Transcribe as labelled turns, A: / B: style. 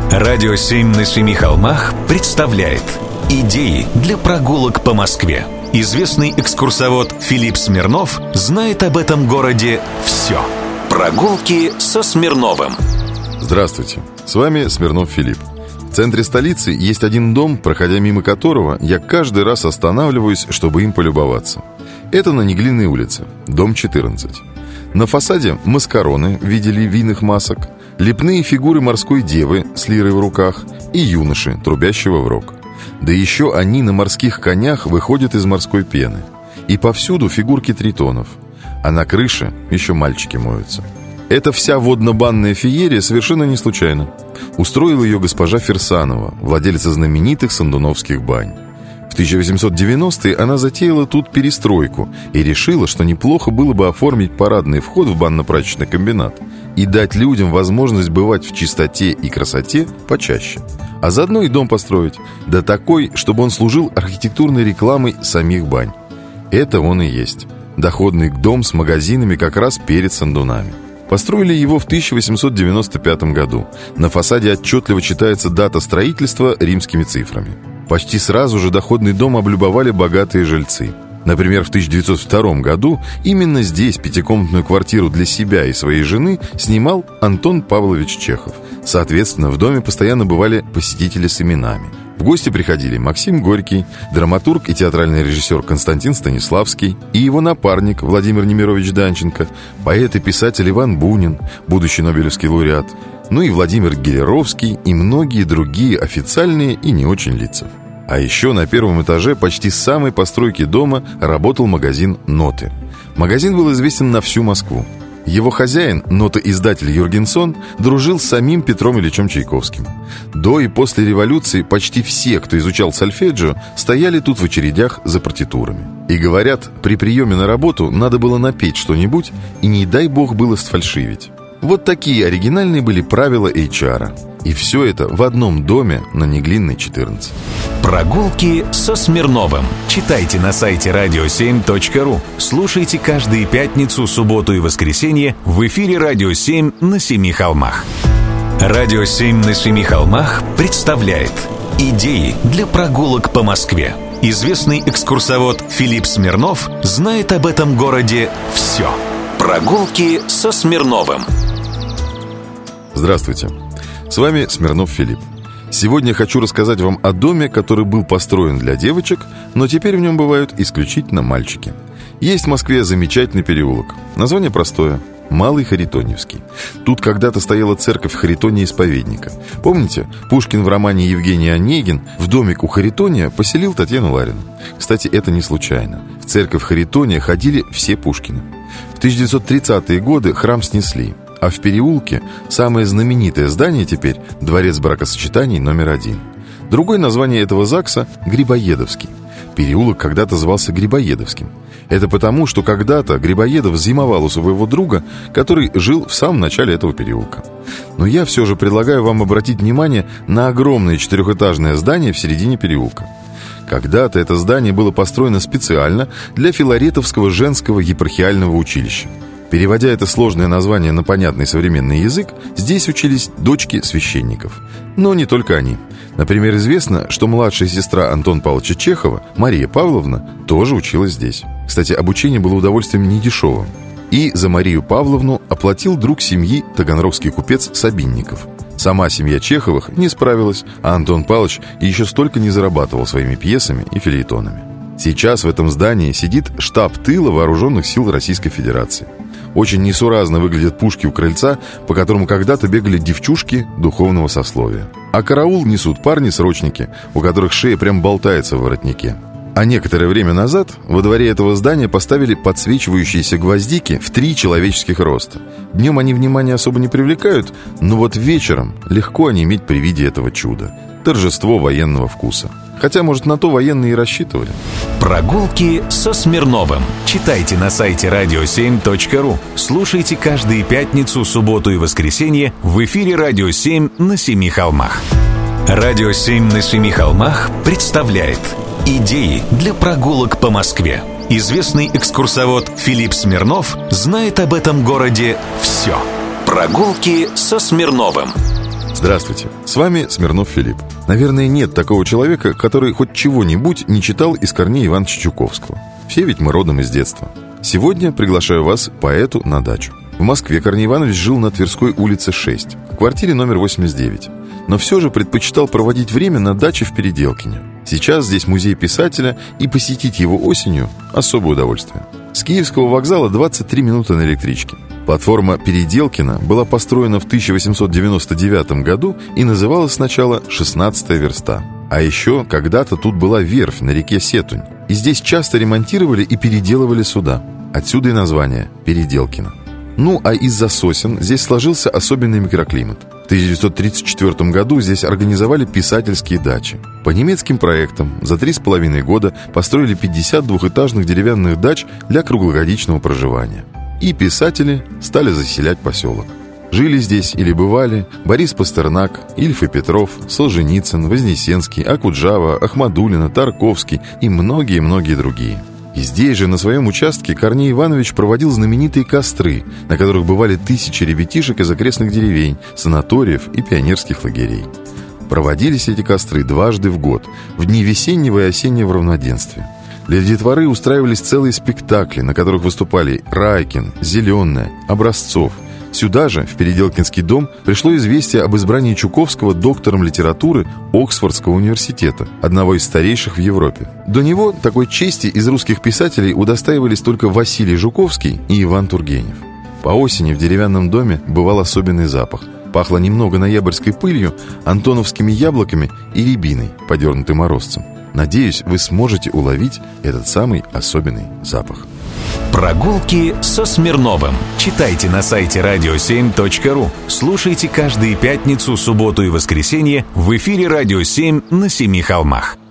A: Радио 7 на семи холмах представляет идеи для прогулок по Москве. Известный экскурсовод Филипп Смирнов знает об этом городе все. Прогулки со Смирновым.
B: Здравствуйте, с вами Смирнов Филипп. В центре столицы есть один дом, проходя мимо которого я каждый раз останавливаюсь, чтобы им полюбоваться. Это на Неглинной улице, дом 14. На фасаде маскароны в виде львиных масок, лепные фигуры морской девы с лирой в руках и юноши, трубящего в рог. Да еще они на морских конях выходят из морской пены. И повсюду фигурки тритонов. А на крыше еще мальчики моются. Эта вся водно-банная феерия совершенно не случайна. Устроила ее госпожа Фирсанова, владелица знаменитых сандуновских бань. В 1890-е она затеяла тут перестройку и решила, что неплохо было бы оформить парадный вход в банно-прачечный комбинат и дать людям возможность бывать в чистоте и красоте почаще. А заодно и дом построить, да такой, чтобы он служил архитектурной рекламой самих бань. Это он и есть. Доходный дом с магазинами как раз перед Сандунами. Построили его в 1895 году. На фасаде отчетливо читается дата строительства римскими цифрами. Почти сразу же доходный дом облюбовали богатые жильцы. Например, в 1902 году именно здесь пятикомнатную квартиру для себя и своей жены снимал Антон Павлович Чехов. Соответственно, в доме постоянно бывали посетители с именами. В гости приходили Максим Горький, драматург и театральный режиссер Константин Станиславский и его напарник Владимир Немирович Данченко, поэт и писатель Иван Бунин, будущий нобелевский лауреат, ну и Владимир Гелеровский и многие другие официальные и не очень лица. А еще на первом этаже почти с самой постройки дома работал магазин «Ноты». Магазин был известен на всю Москву. Его хозяин, нотоиздатель Юргенсон, дружил с самим Петром Ильичем Чайковским. До и после революции почти все, кто изучал сольфеджио, стояли тут в очередях за партитурами. И говорят, при приеме на работу надо было напеть что-нибудь, и не дай бог было сфальшивить. Вот такие оригинальные были правила HR-а. И все это в одном доме на Неглинной 14.
A: Прогулки со Смирновым. Читайте на сайте radio7.ru. Слушайте каждые пятницу, субботу и воскресенье в эфире «Радио 7» на Семи холмах. «Радио 7» на Семи холмах представляет идеи для прогулок по Москве. Известный экскурсовод Филипп Смирнов знает об этом городе все. Прогулки со Смирновым.
B: Здравствуйте, с вами Смирнов Филипп. Сегодня хочу рассказать вам о доме, который был построен для девочек, но теперь в нем бывают исключительно мальчики. Есть в Москве замечательный переулок. Название простое – Малый Харитоньевский. Тут когда-то стояла церковь Харитония-исповедника. Помните, Пушкин в романе «Евгений Онегин» в домик у Харитония поселил Татьяну Ларину. Кстати, это не случайно. В церковь Харитония ходили все Пушкины. В 1930-е годы храм снесли. А в переулке самое знаменитое здание теперь – Дворец бракосочетаний номер 1. Другое название этого ЗАГСа – Грибоедовский. Переулок когда-то звался Грибоедовским. Это потому, что когда-то Грибоедов зимовал у своего друга, который жил в самом начале этого переулка. Но я все же предлагаю вам обратить внимание на огромное четырехэтажное здание в середине переулка. Когда-то это здание было построено специально для Филаретовского женского епархиального училища. Переводя это сложное название на понятный современный язык, здесь учились дочки священников. Но не только они. Например, известно, что младшая сестра Антона Павловича Чехова, Мария Павловна, тоже училась здесь. Кстати, обучение было удовольствием недешевым. И за Марию Павловну оплатил друг семьи таганрогский купец Сабинников. Сама семья Чеховых не справилась, а Антон Павлович еще столько не зарабатывал своими пьесами и фельетонами. Сейчас в этом здании сидит штаб тыла вооруженных сил Российской Федерации. Очень несуразно выглядят пушки у крыльца, по которому когда-то бегали девчушки духовного сословия. А караул несут парни-срочники, у которых шея прям болтается в воротнике. А некоторое время назад во дворе этого здания поставили подсвечивающиеся гвоздики в 3 человеческих роста. Днем они внимания особо не привлекают, но вот вечером легко онеметь при виде этого чуда. Торжество военного вкуса. Хотя, может, на то военные и рассчитывали.
A: Прогулки со Смирновым. Читайте на сайте radio7.ru. Слушайте каждые пятницу, субботу и воскресенье в эфире «Радио 7» на Семи холмах. «Радио 7» на Семи холмах представляет идеи для прогулок по Москве. Известный экскурсовод Филипп Смирнов знает об этом городе все. Прогулки со Смирновым.
B: Здравствуйте, с вами Смирнов Филипп. Наверное, нет такого человека, который хоть чего-нибудь не читал из Корнея Ивановича Чуковского. Все ведь мы родом из детства. Сегодня приглашаю вас, поэту, на дачу. В Москве Корней Иванович жил на Тверской улице 6, в квартире номер 89. Но все же предпочитал проводить время на даче в Переделкине. Сейчас здесь музей писателя, и посетить его осенью – особое удовольствие. С Киевского вокзала 23 минуты на электричке. Платформа Переделкина была построена в 1899 году и называлась сначала «16-я верста». А еще когда-то тут была верфь на реке Сетунь, и здесь часто ремонтировали и переделывали суда. Отсюда и название Переделкино. Ну а из-за сосен здесь сложился особенный микроклимат. В 1934 году здесь организовали писательские дачи. По немецким проектам за 3,5 года построили 50 двухэтажных деревянных дач для круглогодичного проживания. И писатели стали заселять поселок. Жили здесь или бывали Борис Пастернак, Ильф и Петров, Солженицын, Вознесенский, Акуджава, Ахмадуллина, Тарковский и многие-многие другие. И здесь же, на своем участке, Корней Иванович проводил знаменитые костры, на которых бывали тысячи ребятишек из окрестных деревень, санаториев и пионерских лагерей. Проводились эти костры дважды в год, в дни весеннего и осеннего равноденствия. Для детворы устраивались целые спектакли, на которых выступали Райкин, Зеленая, Образцов. Сюда же, в Переделкинский дом, пришло известие об избрании Чуковского доктором литературы Оксфордского университета, одного из старейших в Европе. До него такой чести из русских писателей удостаивались только Василий Жуковский и Иван Тургенев. По осени в деревянном доме бывал особенный запах. Пахло немного ноябрьской пылью, антоновскими яблоками и рябиной, подернутой морозцем. Надеюсь, вы сможете уловить этот самый особенный запах.
A: Прогулки со Смирновым. Читайте на сайте radio7.ru. Слушайте каждые пятницу, субботу и воскресенье в эфире «Радио 7» на Семи холмах.